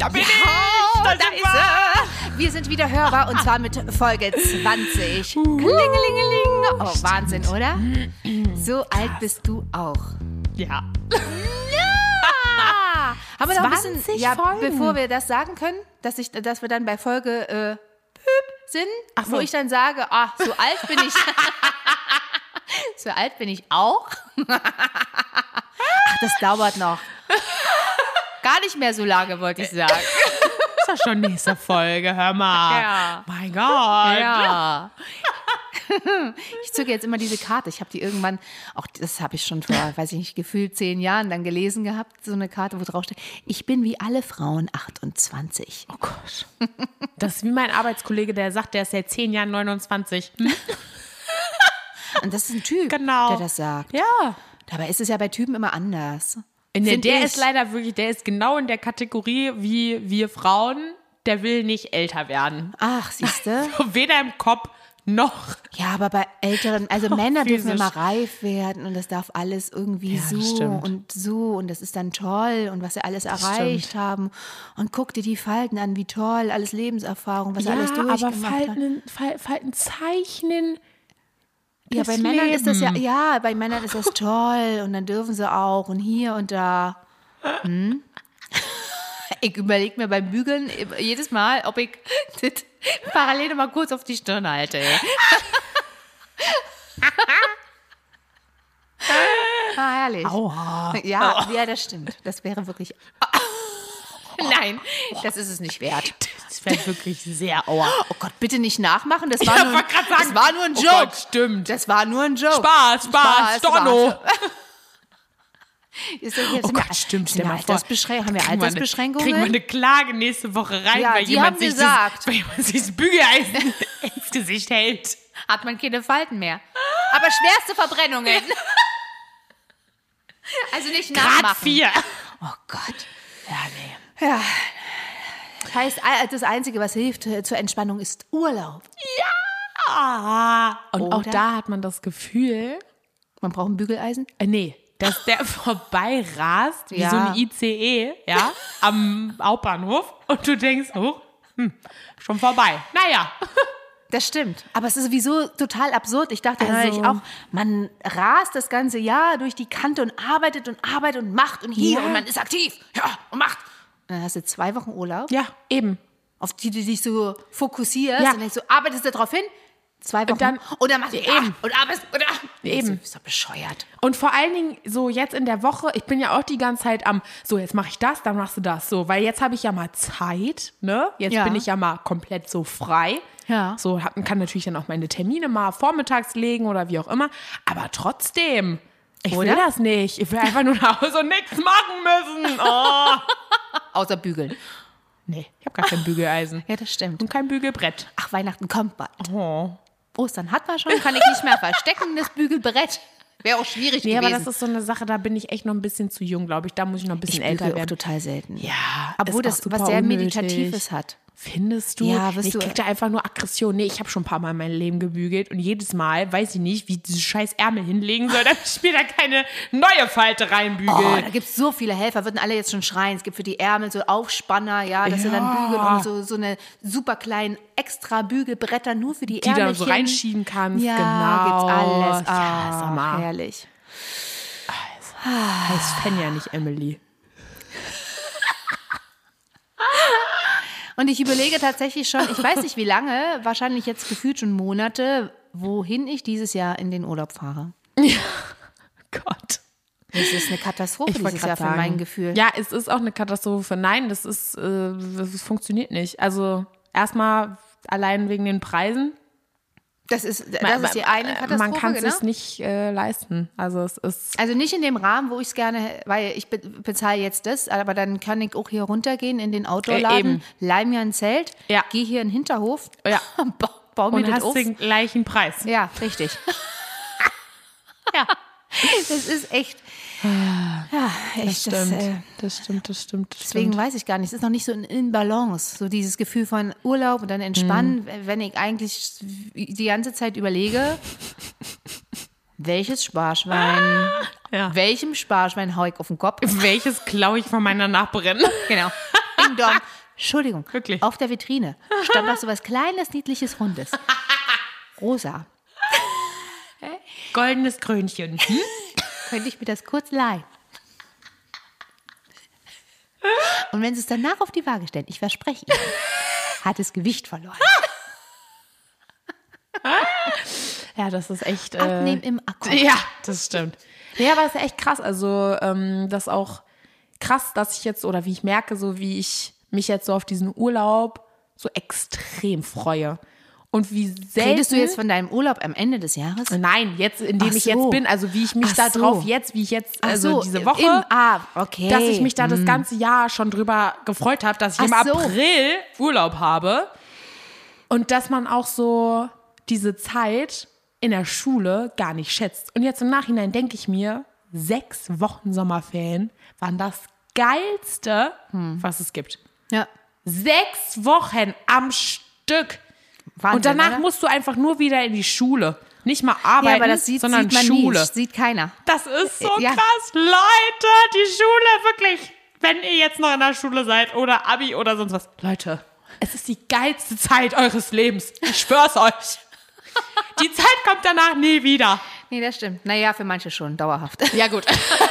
Da bin ich! Da ist er! Wir sind wieder hörbar und zwar mit Folge 20. Klingelingeling. Oh, Wahnsinn, oder? So alt bist du auch. Ja. Haben wir noch ein bisschen, 20 ja, Folgen. bevor wir das sagen können, dass wir dann bei Folge sind, Ach so. wo ich dann sage, so alt bin ich. So alt bin ich auch. Ach, das dauert noch. Gar nicht mehr so lange, wollte ich sagen. Ist doch schon nächste Folge, hör mal. Ja. Mein Gott. Ja. Ich zücke jetzt immer diese Karte. Ich habe die irgendwann, auch das habe ich schon vor, weiß ich nicht, gefühlt 10 Jahren dann gelesen gehabt. So eine Karte, wo drauf steht, ich bin wie alle Frauen 28. Oh Gott. Das ist wie mein Arbeitskollege, der sagt, der ist seit 10 Jahren 29. Und das ist ein Typ, Genau. der das sagt. Ja. Dabei ist es ja bei Typen immer anders. Der ist leider wirklich, der ist genau in der Kategorie wie wir Frauen, der will nicht älter werden. Ach, siehst du? Weder im Kopf noch. Ja, aber bei älteren, also Doch, Männer dürfen physisch. immer reif werden und das darf alles irgendwie Ja, das so stimmt. und so und das ist dann toll und was sie alles erreicht stimmt. haben und guck dir die Falten an, wie toll, alles Lebenserfahrung, was sie alles aber durchgemacht haben. Falten zeichnen. Ja, das bei Männern ist das Leben. ja, bei Männern ist das toll und dann dürfen sie auch und hier und da. Ich überlege mir beim Bügeln jedes Mal, ob ich das parallel mal kurz auf die Stirn halte. Herrlich. Aua. Ja, das stimmt. Das wäre wirklich... Nein, das ist es nicht wert. Das wäre wirklich sehr aua. Oh Gott, bitte nicht nachmachen. Das war, Ja, nur, wollte grad sagen. das war nur ein Oh Joke. Gott, stimmt. Das war nur ein Joke. Spaß, Storno. Ist das jetzt Oh Gott, stimmt. Stell mal vor. Haben wir Kriegen Altersbeschränkungen? wir eine Klage nächste Woche rein, Ja, weil die jemand haben sich gesagt. weil jemand sich das Bügeleisen ins Gesicht hält. Hat man keine Falten mehr. Aber schwerste Verbrennungen. Also nicht Grad nachmachen. 4. Oh Gott. Ja, nee. Ja. Das heißt, das Einzige, was hilft zur Entspannung, ist Urlaub. Und auch Oder? da hat man das Gefühl, Man braucht ein Bügeleisen. nee, dass der vorbei rast, wie Ja. so ein ICE, ja, am Hauptbahnhof. Und du denkst, oh, schon vorbei. Naja. Das stimmt. Aber es ist sowieso total absurd. Ich dachte Also- natürlich auch, man rast das ganze Jahr durch die Kante und arbeitet und macht und hier Ja. und man ist aktiv. Ja, und macht. Und dann hast du 2 Wochen Urlaub, Ja, eben. auf die du dich so fokussierst Ja. und dann so arbeitest du darauf hin. 2 Wochen. dann- und dann machst du Eben. und arbeitest und Eben. Ist doch bescheuert. Und vor allen Dingen so jetzt in der Woche, ich bin ja auch die ganze Zeit so jetzt mache ich das, dann machst du das, so, weil jetzt habe ich ja mal Zeit, ne? Jetzt Ja. bin ich ja mal komplett so frei. Ja. So kann natürlich dann auch meine Termine mal vormittags legen oder wie auch immer, aber trotzdem, ich will Oder? das nicht. Ich will einfach nur nach Hause und nichts machen müssen. Oh. Außer bügeln. Nee, ich habe gar kein Bügeleisen Ja, das stimmt. und kein Bügelbrett. Ach, Weihnachten kommt bald. Oh. Ostern hat man schon, kann ich nicht mehr verstecken, das Bügelbrett. Wäre auch schwierig Nee, gewesen. aber das ist so eine Sache, da bin ich echt noch ein bisschen zu jung, glaube ich. Da muss ich noch ein bisschen ich älter bügel auch werden. total selten. Ja, Obwohl ist auch das super was sehr unnötig. Meditatives hat. Findest du? Ja, wirst ich du- krieg da einfach nur Aggression. Nee, ich habe schon ein paar Mal mein Leben gebügelt und jedes Mal weiß ich nicht, wie ich diese scheiß Ärmel hinlegen soll, damit ich mir da keine neue Falte Oh, reinbügel. da gibt es so viele Helfer, würden alle jetzt schon schreien. Es gibt für die Ärmel so Aufspanner, ja, dass sie dann bügeln und so eine super kleinen extra Bügelbretter nur für die Die du dann Ärmelchen. so reinschieben kannst. Ja, Genau. gibt's alles. Ja, sag mal. Herrlich. Heißt Fenja, nicht Emily. Und ich überlege tatsächlich schon, ich weiß nicht wie lange, wahrscheinlich jetzt gefühlt schon Monate, wohin ich dieses Jahr in den Urlaub fahre. Gott. Das ist eine Katastrophe wollte dieses grad Jahr für sagen. mein Gefühl. Ja, es ist auch eine Katastrophe. Nein, das funktioniert nicht. Also erstmal allein wegen den Preisen. Das ist die eine Katastrophe, Man kann es genau. sich nicht leisten. Also es ist Also nicht in dem Rahmen, wo ich es gerne, weil ich bezahle jetzt das, aber dann kann ich auch hier runtergehen in den Outdoor-Laden, eben. leih mir ein Zelt, Ja. gehe hier in den Hinterhof, Ja. bau mir und das hast auf. den gleichen Preis. Ja, richtig. Ja, das ist echt, ja, echt, Das stimmt. deswegen weiß ich gar nicht, es ist noch nicht so in Balance, so dieses Gefühl von Urlaub und dann entspannen, wenn ich eigentlich die ganze Zeit überlege, welches Sparschwein, Ja. welchem Sparschwein hau ich auf den Kopf? Welches klaue ich von meiner Nachbarin? Genau. Ding Dong. Entschuldigung, Wirklich? auf der Vitrine stand noch so was Kleines, Niedliches, Rundes. Rosa. Goldenes Krönchen. Könnte ich mir das kurz leihen? Und wenn sie es danach auf die Waage stellen, ich verspreche Ihnen, hat es Gewicht verloren. Ja, das ist echt... Abnehmen im Akku. Ja, das stimmt. Ja, aber das ist echt krass. Also, das ist auch krass, dass ich jetzt, oder wie ich merke, so wie ich mich jetzt so auf diesen Urlaub so extrem freue. Und wie selten... Redest du jetzt von deinem Urlaub am Ende des Jahres? Nein, jetzt, in dem Ach ich so. jetzt bin, also wie ich mich Ach da drauf so. jetzt, wie ich jetzt, Ach also so, diese Woche, okay. dass ich mich da das ganze Jahr schon drüber gefreut habe, dass ich im Ach so. April Urlaub habe. Und dass man auch so diese Zeit in der Schule gar nicht schätzt. Und jetzt im Nachhinein denke ich mir, 6 Wochen Sommerferien waren das Geilste, was es gibt. Ja. 6 Wochen am Stück. Wahnsinn, Und danach oder? musst du einfach nur wieder in die Schule. Nicht mal arbeiten, Ja, aber das sondern sieht man Schule. nie, sieht keiner. Das ist so Ja. krass. Leute, die Schule, wirklich. Wenn ihr jetzt noch in der Schule seid oder Abi oder sonst was. Leute, es ist die geilste Zeit eures Lebens. Ich schwör's euch. Die Zeit kommt danach nie wieder. Nee, das stimmt. Naja, für manche schon, dauerhaft. Ja, gut.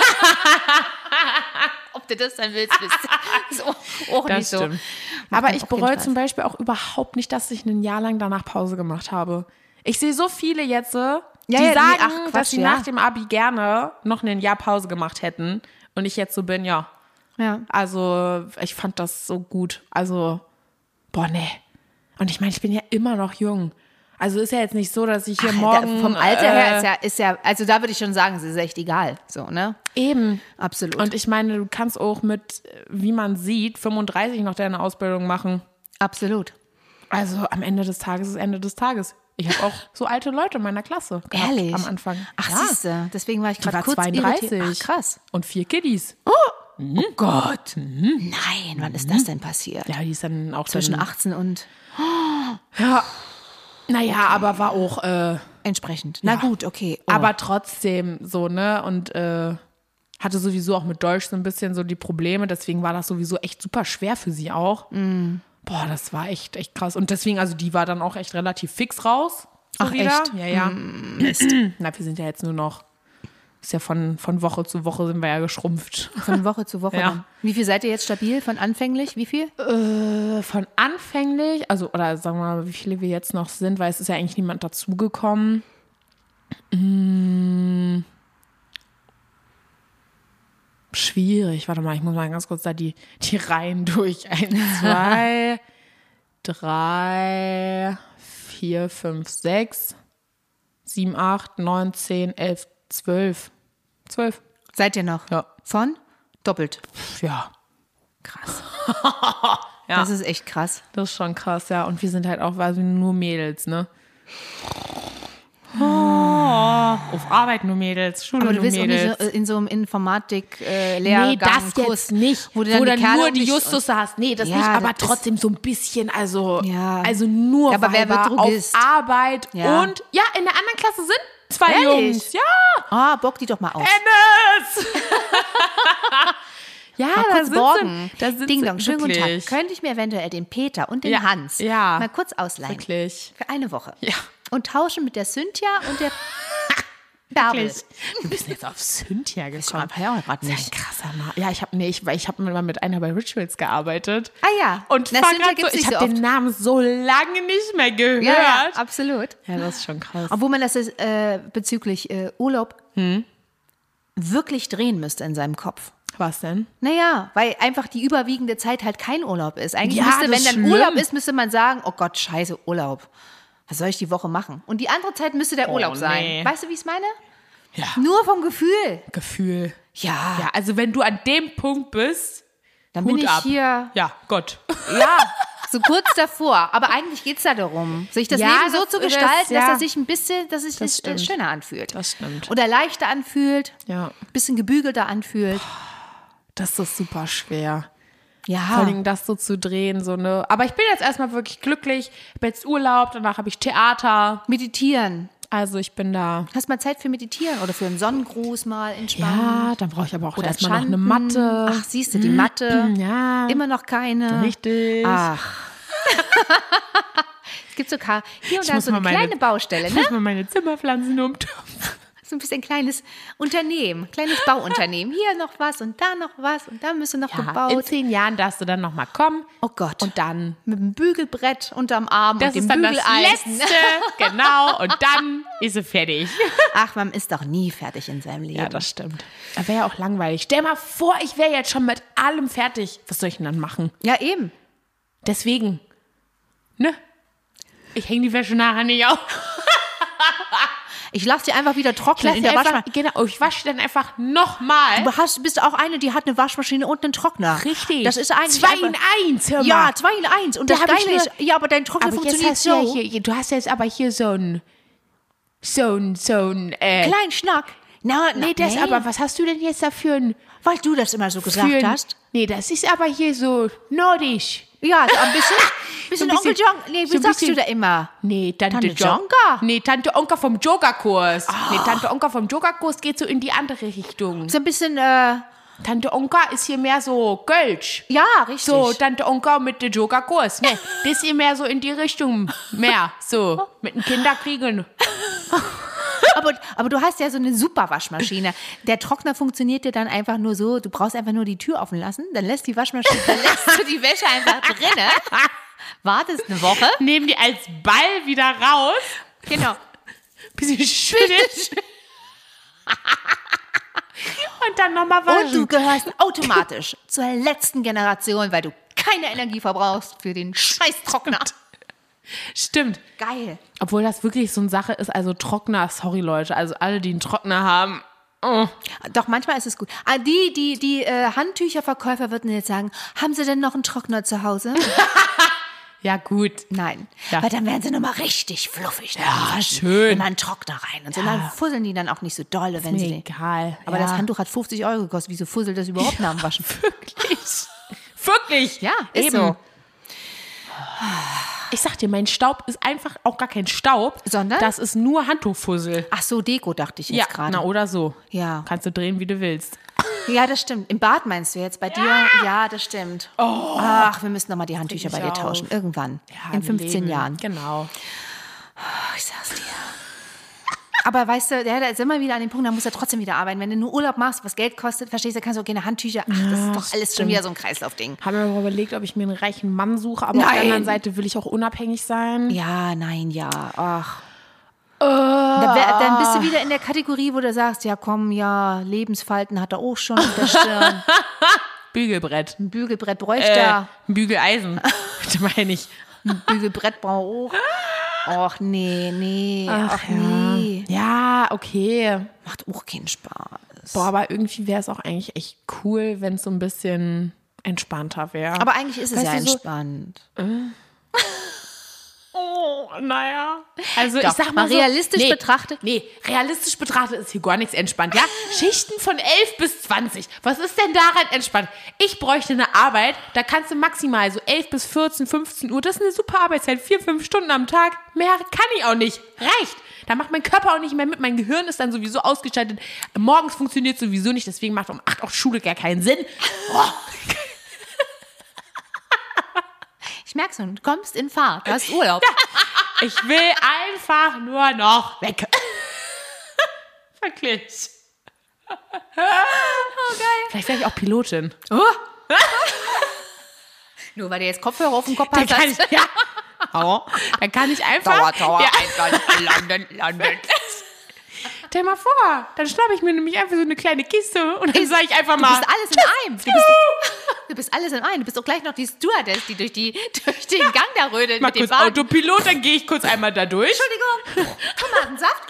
Ob du das dann willst, ist auch nicht so. stimmt. Macht Aber dann ich auch keinen bereue Spaß. zum Beispiel auch überhaupt nicht, dass ich ein Jahr lang danach Pause gemacht habe. Ich sehe so viele jetzt, die ja, nee, sagen, ach, Quatsch, dass sie ja. nach dem Abi gerne noch ein Jahr Pause gemacht hätten. Und ich jetzt so bin, ja. Ja. Also, ich fand das so gut. Also, boah, nee. Und ich meine, ich bin ja immer noch jung. Also ist ja jetzt nicht so, dass ich hier morgen... Vom Alter her ist ja, also da würde ich schon sagen, es ist echt egal. So, ne? Eben. Absolut. Und ich meine, du kannst auch mit, wie man sieht, 35 noch deine Ausbildung machen. Absolut. Also am Ende des Tages ist Ende des Tages. Ich habe auch so alte Leute in meiner Klasse gehabt Ehrlich? am Anfang. Ach, ja. siehste, deswegen war ich Die gerade war kurz 32. irritiert. Ach, krass. Und 4 Kiddies. Oh Gott. Nein, wann ist das denn passiert? Ja, die ist dann auch Zwischen dann, 18 und Ja. Naja, aber war auch... entsprechend. Na gut, okay. Oh. Aber trotzdem so, ne? Und hatte sowieso auch mit Deutsch so ein bisschen so die Probleme. Deswegen war das sowieso echt super schwer für sie auch. Boah, das war echt krass. Und deswegen, also die war dann auch echt relativ fix raus. So Ach, wieder. echt? Ja, ja. Na, wir sind ja jetzt nur noch, ist ja von Woche zu Woche sind wir ja geschrumpft. Von Woche zu Woche Ja. dann. Wie viel seid ihr jetzt stabil? Von anfänglich? Wie viel? Von anfänglich, also, oder sagen wir mal, wie viele wir jetzt noch sind, weil es ist ja eigentlich niemand dazugekommen. Schwierig. Warte mal, ich muss mal ganz kurz da die Reihen durch. 1, 2, 3, 4, 5, 6, 7, 8, 9, 10, 11, 12. 12. Seid ihr noch? Ja. Von? Doppelt. Ja. Krass. Ja. Das ist echt krass. Das ist schon krass, ja. Und wir sind halt auch quasi nur Mädels, ne? Auf Arbeit nur Mädels, Schule Aber du nur willst auch Mädels. nicht so in so einem Informatik-Lehrgang, Nee, das Kurs, jetzt nicht, wo du dann die Kerle nur um die dich- Justusse hast. Nee, das Ja, nicht, aber das ist- trotzdem so ein bisschen, also Ja, nur aber wer wird Weiber Drogist? auf Arbeit Ja. und ja, in der anderen Klasse sind 2 Ehrlich? Jungs. Ja, Ah, bock die doch mal auf. Ennis! Ja, Mal da kurz sind borgen. sie. Da sind Ding sie Dong, schönen guten Tag. wirklich. Könnte ich mir eventuell den Peter und den Ja, Hans ja. mal kurz ausleihen? Wirklich. Für eine Woche. Ja. Und tauschen mit der Cynthia und der Bärbel. Wirklich. Wir bist jetzt auf Cynthia gekommen. Ja, gerade Das ist nicht. ein krasser Name. Ja, ich habe mal mit einer bei Rituals gearbeitet. Ah ja. Und Na, war Cynthia grad gibt's so, ich nicht habe so den Namen so lange nicht mehr gehört. Ja, absolut. Ja, das ist schon krass. Obwohl man das bezüglich Urlaub wirklich drehen müsste in seinem Kopf. Was denn? Naja, weil einfach die überwiegende Zeit halt kein Urlaub ist. Eigentlich Ja, müsste, das wenn ist dann schlimm. Urlaub ist, müsste man sagen, oh Gott, scheiße, Urlaub. Was soll ich die Woche machen? Und die andere Zeit müsste der Urlaub sein. nee. Weißt du, wie ich es meine? Ja. Nur vom Gefühl. Gefühl. Ja, Ja, also wenn du an dem Punkt bist, dann bin Hut ich ab. hier, ja, Gott. ja, so kurz davor. Aber eigentlich geht es da darum, sich das Ja, Leben so das- zu gestalten, das- ja. dass er sich ein bisschen, dass sich das stimmt. schöner anfühlt. Das stimmt. Oder leichter anfühlt, Ja, ein bisschen gebügelter anfühlt. das ist super schwer. Vor Ja, allem das so zu drehen, so ne. Aber ich bin jetzt erstmal wirklich glücklich. Ich habe jetzt Urlaub, danach habe ich Theater. meditieren. Also ich bin da. Hast mal Zeit für Meditieren oder für einen Sonnengruß mal entspannen? Ja, dann brauche ich aber auch Oder erstmal noch eine Chanten. Matte. Ach, siehst du, die Matte. Ja. Immer noch keine. Richtig. Ach. Es gibt so hier und da muss so eine mal meine- kleine Baustelle, Ich ne? muss mal meine Zimmerpflanzen umtopfen. So ein bisschen kleines Unternehmen, kleines Bauunternehmen. Hier noch was und da noch was und da müsste noch Ja, in gebaut. 10 Jahren darfst du dann nochmal kommen. Oh Gott. Und dann, Mit dem Bügelbrett unterm Arm das und dem ist dann das Bügeleisen. Letzte. Genau. Und dann ist sie fertig. Ach, man ist doch nie fertig in seinem Leben. Ja, das stimmt. Das wäre ja auch langweilig. Stell mal vor, ich wäre jetzt schon mit allem fertig. Was soll ich denn dann machen? Ja, eben. Deswegen, ne? Ich hänge die Wäsche nachher nicht auf. Ich lasse die einfach wieder trocknen in der Waschmaschine. Genau, ich wasche dann einfach nochmal. Du bist auch eine, die hat eine Waschmaschine und einen Trockner. Richtig. Das ist eigentlich 2 in 1, hör mal. Ja, 2 in 1. Und Da das hab ich Geile ist, nur- ja, aber dein Trockner Aber jetzt funktioniert hast du ja so. hier, du hast jetzt aber hier so ein Kleinen Schnack. nee, aber was hast du denn jetzt dafür ein Weil du das immer so gesagt für ein, hast. Nee, das ist aber hier so nordisch. Ja, so ein bisschen, So ein Onkel bisschen- John. Nee, so wie ein sagst du bisschen- da immer? Nee, Tante Tante Jo- Jonka? Nee, Tante Onka vom Yoga-Kurs. Nee, Tante Onka vom Yoga-Kurs geht so in die andere Richtung. So ein bisschen, Tante Onka ist hier mehr so Gölsch. ja, richtig. So, Tante Onka mit dem Yoga-Kurs. Nee, das ist hier mehr so in die Richtung. Mehr, so, mit den Kinderkriegen. Aber du hast ja so eine super Waschmaschine. Der Trockner funktioniert dir dann einfach nur so, du brauchst einfach nur die Tür offen lassen, dann lässt die Waschmaschine, dann lässt du die Wäsche einfach drinne, wartest eine Woche. Nehmen die als Ball wieder raus. Genau. Bisschen schütteln. Und dann nochmal Und waschen. du gehörst automatisch zur letzten Generation, weil du keine Energie verbrauchst für den Scheiß-Trockner. Stimmt. Geil. Obwohl das wirklich so eine Sache ist, also Trockner, sorry Leute, also alle, die einen Trockner haben. Oh. Doch, manchmal ist es gut. Die Handtücherverkäufer würden jetzt sagen, haben Sie denn noch einen Trockner zu Hause? Ja, gut. Nein. Ja. Weil dann werden sie nochmal richtig fluffig. Ja, schön. Immer einen Trockner rein. Und so. Dann fusseln die dann auch nicht so dolle, wenn Mir sie den. egal. Aber ja. das Handtuch hat 50 € gekostet. Wieso fusselt das überhaupt nach dem Waschen? Wirklich. Wirklich. Ja, ist Eben. so. Ich sag dir, mein Staub ist einfach auch gar kein Staub. Sondern? Das ist nur Handtuchfussel. Ach so, Deko dachte ich jetzt gerade. Na, oder so. Ja. Kannst du drehen, wie du willst. Ja, das stimmt. Im Bad meinst du jetzt bei dir? Ja, das stimmt. Ach, wir müssen nochmal die Handtücher bei dir auf. tauschen. Irgendwann. Ja, in 15 Leben. Jahren. Genau. Oh, ich sag's dir. Aber weißt du, da ist immer wieder an dem Punkt, da muss er trotzdem wieder arbeiten. Wenn du nur Urlaub machst, was Geld kostet, verstehst du, kannst du auch keine Handtücher. Ach, das ist doch alles schon wieder so ein Kreislaufding. Habe mir aber überlegt, ob ich mir einen reichen Mann suche, aber auf Nein. der anderen Seite will ich auch unabhängig sein. Ja, nein, ja. Ach. Dann bist du wieder in der Kategorie, wo du sagst, ja komm, ja, Lebensfalten hat er auch schon auf der Stirn. Bügelbrett. Ein Bügelbrett bräuchte er. Ein Bügeleisen. meine ich. Ein Bügelbrett braucht auch. Och, nee. Ach, ja. nee. Ja, okay. Macht auch keinen Spaß. Boah, aber irgendwie wäre es auch eigentlich echt cool, wenn es so ein bisschen entspannter wäre. Aber eigentlich ist es Weißt ja du, so- entspannt. Oh, naja. Also Doch, ich sag mal mal so, realistisch betrachtet. Nee, realistisch betrachtet ist hier gar nichts entspannt, ja? Schichten von 11 bis 20. Was ist denn daran entspannt? Ich bräuchte eine Arbeit, da kannst du maximal so 11 bis 14, 15 Uhr, das ist eine super Arbeitszeit, 4, 5 Stunden am Tag. Mehr kann ich auch nicht. Reicht. Da macht mein Körper auch nicht mehr mit. Mein Gehirn ist dann sowieso ausgeschaltet. Morgens funktioniert sowieso nicht, deswegen macht um 8 auch Schule gar keinen Sinn. Oh. Ich merke schon, du kommst in Fahrt, du hast Urlaub. Ich will einfach nur noch weg. Wirklich. Oh, geil. Vielleicht wäre ich auch Pilotin. Nur weil du jetzt Kopfhörer auf dem Kopf Dann hast. kann ich, ja. Dann kann ich einfach. Tower, Ja. landen. Stell mal vor, dann schnappe ich mir nämlich einfach so eine kleine Kiste und dann sage ich einfach Du mal. bist alles in einem. Du bist alles in einem. Du bist auch gleich noch die Stewardess, die durch den Gang da rödelt Mal mit dem kurz Wagen. Autopilot, dann gehe ich kurz einmal da durch. Entschuldigung, Tomatensaft.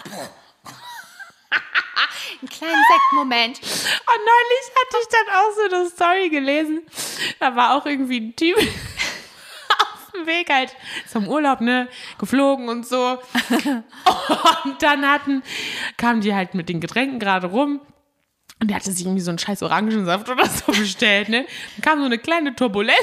Einen kleinen Sektmoment. Und neulich hatte ich dann auch so eine Story gelesen. Da war auch irgendwie ein Typ auf dem Weg halt zum Urlaub, ne, geflogen und so. Und dann kamen die halt mit den Getränken gerade rum. Und der hatte sich irgendwie so einen scheiß Orangensaft oder so bestellt, ne. Dann kam so eine kleine Turbulenz.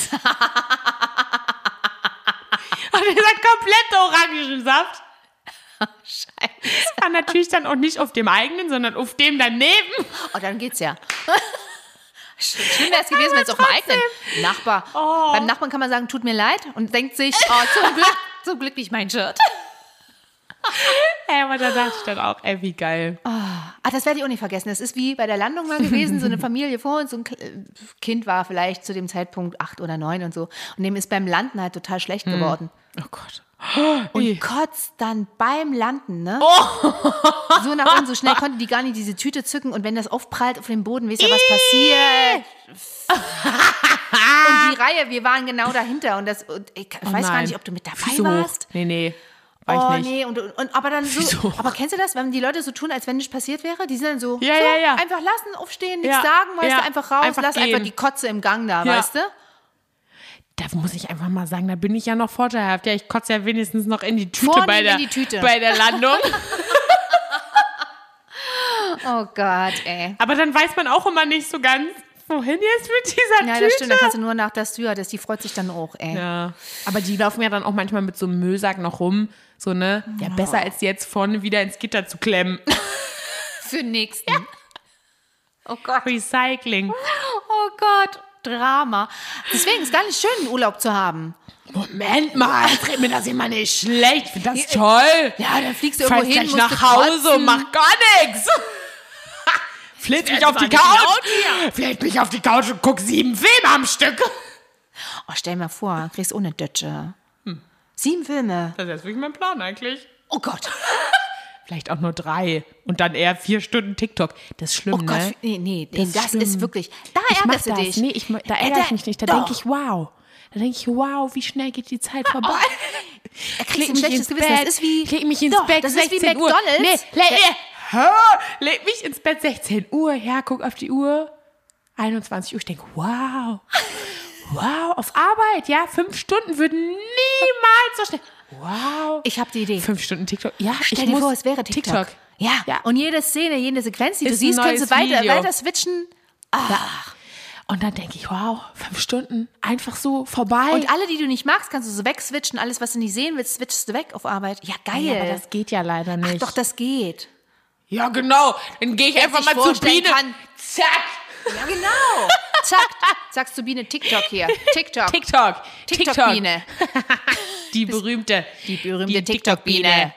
Und dieser komplette Orangensaft Scheiße. War natürlich dann auch nicht auf dem eigenen, sondern auf dem daneben. Oh, dann geht's ja. Schlimm wäre es gewesen, wenn es auf dem eigenen Nachbar. Beim Nachbarn kann man sagen, tut mir leid und denkt sich, zum Glück nicht mein Shirt. Aber da dachte ich dann auch, wie geil. Das werde ich auch nicht vergessen. Das ist wie bei der Landung mal gewesen, so eine Familie vor uns, so ein Kind war vielleicht zu dem Zeitpunkt 8 oder 9 und so. Und dem ist beim Landen halt total schlecht geworden. Oh Gott. Und kotzt dann beim Landen, ne? So nach unten, so schnell konnte die gar nicht diese Tüte zücken. Und wenn das aufprallt auf dem Boden, wisst ihr, was passiert? Und die Reihe, wir waren genau dahinter. Und ich weiß gar nicht, ob du mit dabei warst. Nee. War ich nicht. Nee, und aber dann so. Wieso? Aber kennst du das, wenn die Leute so tun, als wenn nichts passiert wäre? Die sind dann so, Ja. einfach lassen, aufstehen, nichts Ja, sagen, weißt ja. du, einfach raus, Einfach lass gehen. einfach die Kotze im Gang da, Ja. weißt du? Da muss ich einfach mal sagen, da bin ich ja noch vorteilhaft. Ja, ich kotze ja wenigstens noch in die Tüte, Vornehm bei der, in die Tüte. bei der Landung. Oh Gott, ey. Aber dann weiß man auch immer nicht so ganz, wohin jetzt mit dieser Ja, Tüte. das stimmt, da kannst du nur nach der Stewardess, die freut sich dann auch, ey. Ja, aber die laufen ja dann auch manchmal mit so einem Müllsack noch rum. So, ne? Ja, besser als jetzt vorne wieder ins Gitter zu klemmen. Für den nächsten. Ja. Oh Gott. Recycling. Oh Gott. Drama. Deswegen ist gar nicht schön, einen Urlaub zu haben. Moment mal, jetzt red mir das immer nicht schlecht. Ich finde das toll. Ja, dann fliegst du Fahr irgendwo hin, gleich musst nach du Hause kotzen. und mach gar nichts. Flitz mich auf die Couch. Flitt mich auf die Couch und guck 7 Filme am Stück. Oh, stell dir mal vor, kriegst ohne Dötsche. 7 Filme. Das ist jetzt wirklich mein Plan eigentlich. Oh Gott. Vielleicht auch nur 3 und dann eher 4 Stunden TikTok. Das ist schlimm, Oh Gott. ne? Nee, Das das ist schlimm. ist wirklich. Da Ich mach ärgerst du das. dich. Nee, da ärgere ich mich nicht. Da Doch. denke ich, wow. Da denke ich, wow, wie schnell geht die Zeit vorbei. Er kriegt ein schlechtes Gewissen. Das ist wie. Ich leg mich ins Doch, Bett, das ist wie 16 Uhr. McDonald's. Leg mich ins Bett, 16 Uhr. Ja, guck auf die Uhr. 21 Uhr. Ich denke, wow. Wow, auf Arbeit, ja. 5 Stunden würden niemals so schnell. Wow. Ich habe die Idee. 5 Stunden TikTok. Ja, Stell dir vor, es wäre TikTok. Ja. Ja. Und jede Szene, jede Sequenz, die du Ist ein siehst, kannst du neues Video. weiter switchen. Und dann denke ich, wow, 5 Stunden, einfach so vorbei. Und alle, die du nicht magst, kannst du so wegswitchen. Alles, was du nicht sehen willst, switchst du weg auf Arbeit. Ja, geil. ja, aber das geht ja leider nicht. Doch, das geht. Ja, genau. Dann gehe ich einfach sich mal zu vorstellen Biene. kann. Zack. Ja, genau. Zack. Sagst du Biene, TikTok hier. TikTok. TikTok-Biene. Die berühmte TikTok-Biene.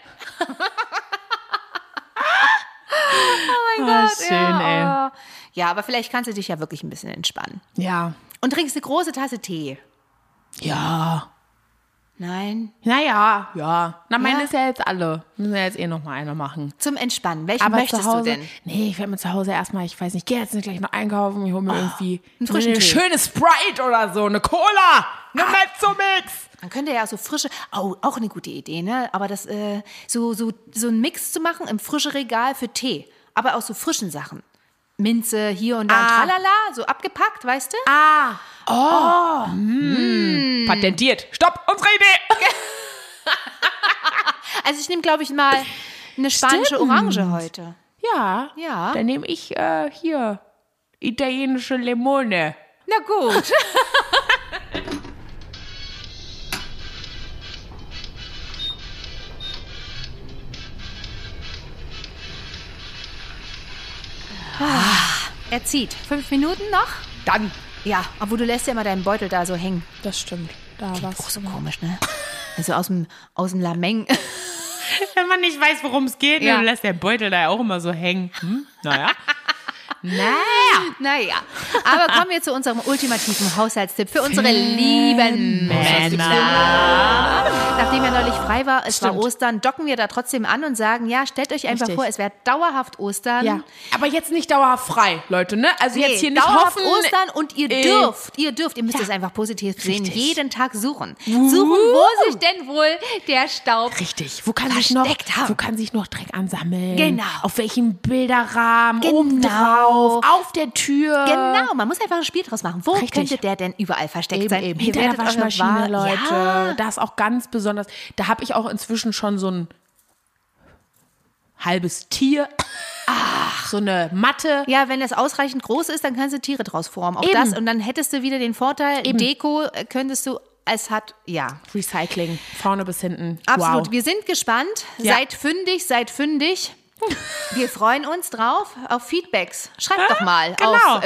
Oh mein Gott, schön, ey. Ja, aber vielleicht kannst du dich ja wirklich ein bisschen entspannen. Ja. Und trinkst eine große Tasse Tee. Ja. Nein. Naja, ja. Na, meine Ja. ist ja jetzt alle. Müssen wir jetzt eh noch mal eine machen. Zum Entspannen. Welchen Aber möchtest zu Hause, du denn? Nee, ich werde mir zu Hause erstmal, ich weiß nicht, gehe jetzt nicht gleich noch einkaufen, ich hole mir irgendwie einen frischen eine Tee. schöne Sprite oder so, eine Cola, eine Mezzo-Mix. Man könnte ja so frische, auch eine gute Idee, ne? Aber das, so einen Mix zu machen im frischen Regal für Tee. Aber aus so frischen Sachen. Minze hier und da und tralala, so abgepackt, weißt du? Patentiert. Stopp, unsere Idee. Also ich nehme, glaube ich, mal eine spanische Stimmt. Orange heute. Ja. Ja. Dann nehme ich hier italienische Limone. Na gut. Er zieht. 5 Minuten noch? Dann. Ja, obwohl du lässt ja immer deinen Beutel da so hängen. Das stimmt. Da war's. Auch so komisch, ne? Also aus dem Lameng. Wenn man nicht weiß, worum es geht, Ja. dann lässt der Beutel da ja auch immer so hängen. Naja. Naja, aber kommen wir zu unserem ultimativen Haushaltstipp für unsere lieben Männer. Nachdem er neulich frei war, es war Stimmt. Ostern, docken wir da trotzdem an und sagen, ja, stellt euch einfach Richtig. vor, es wäre dauerhaft Ostern. Ja. Aber jetzt nicht dauerhaft frei, Leute, ne? Also jetzt hier nicht dauerhaft hoffen. Ostern und ihr dürft, ihr müsst es einfach positiv sehen, Richtig. jeden Tag suchen. Suchen, wo sich denn wohl der Staub Richtig. Wo kann versteckt haben. wo kann sich noch Dreck ansammeln? Genau. Auf welchem Bilderrahmen? Genau. Obendrauf? Auf der Tür? Genau, man muss einfach ein Spiel draus machen. Wo Richtig. könnte der denn überall versteckt sein? Eben. Ihr Hinter der werdet eure Waschmaschine, Leute. Ja. Da ist auch ganz besonders. Da habe ich auch inzwischen schon so ein halbes Tier. So eine Matte. Ja, wenn das ausreichend groß ist, dann kannst du Tiere draus formen. Auch Eben. das. Und dann hättest du wieder den Vorteil, Deko könntest du Es hat, Recycling, vorne bis hinten. Absolut. Wow. Wir sind gespannt. Ja. Seid fündig. Wir freuen uns drauf auf Feedbacks. Schreibt doch mal Genau. auf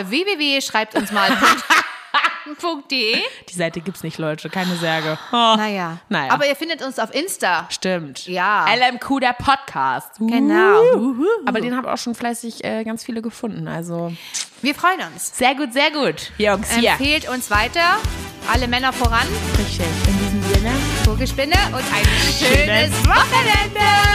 www.schreibtunsmal.de. Die Seite gibt's nicht, Leute, keine Sorge. Naja. Naja. Aber ihr findet uns auf Insta. Stimmt. Ja. LMQ, der Podcast. Genau. Aber den haben auch schon flässig ganz viele gefunden. Also Wir freuen uns. sehr gut, Jungs. Hier. Empfehlt uns weiter. Alle Männer voran. Richtig. In diesem Sinne. Vogelspinne und ein schönes Wochenende.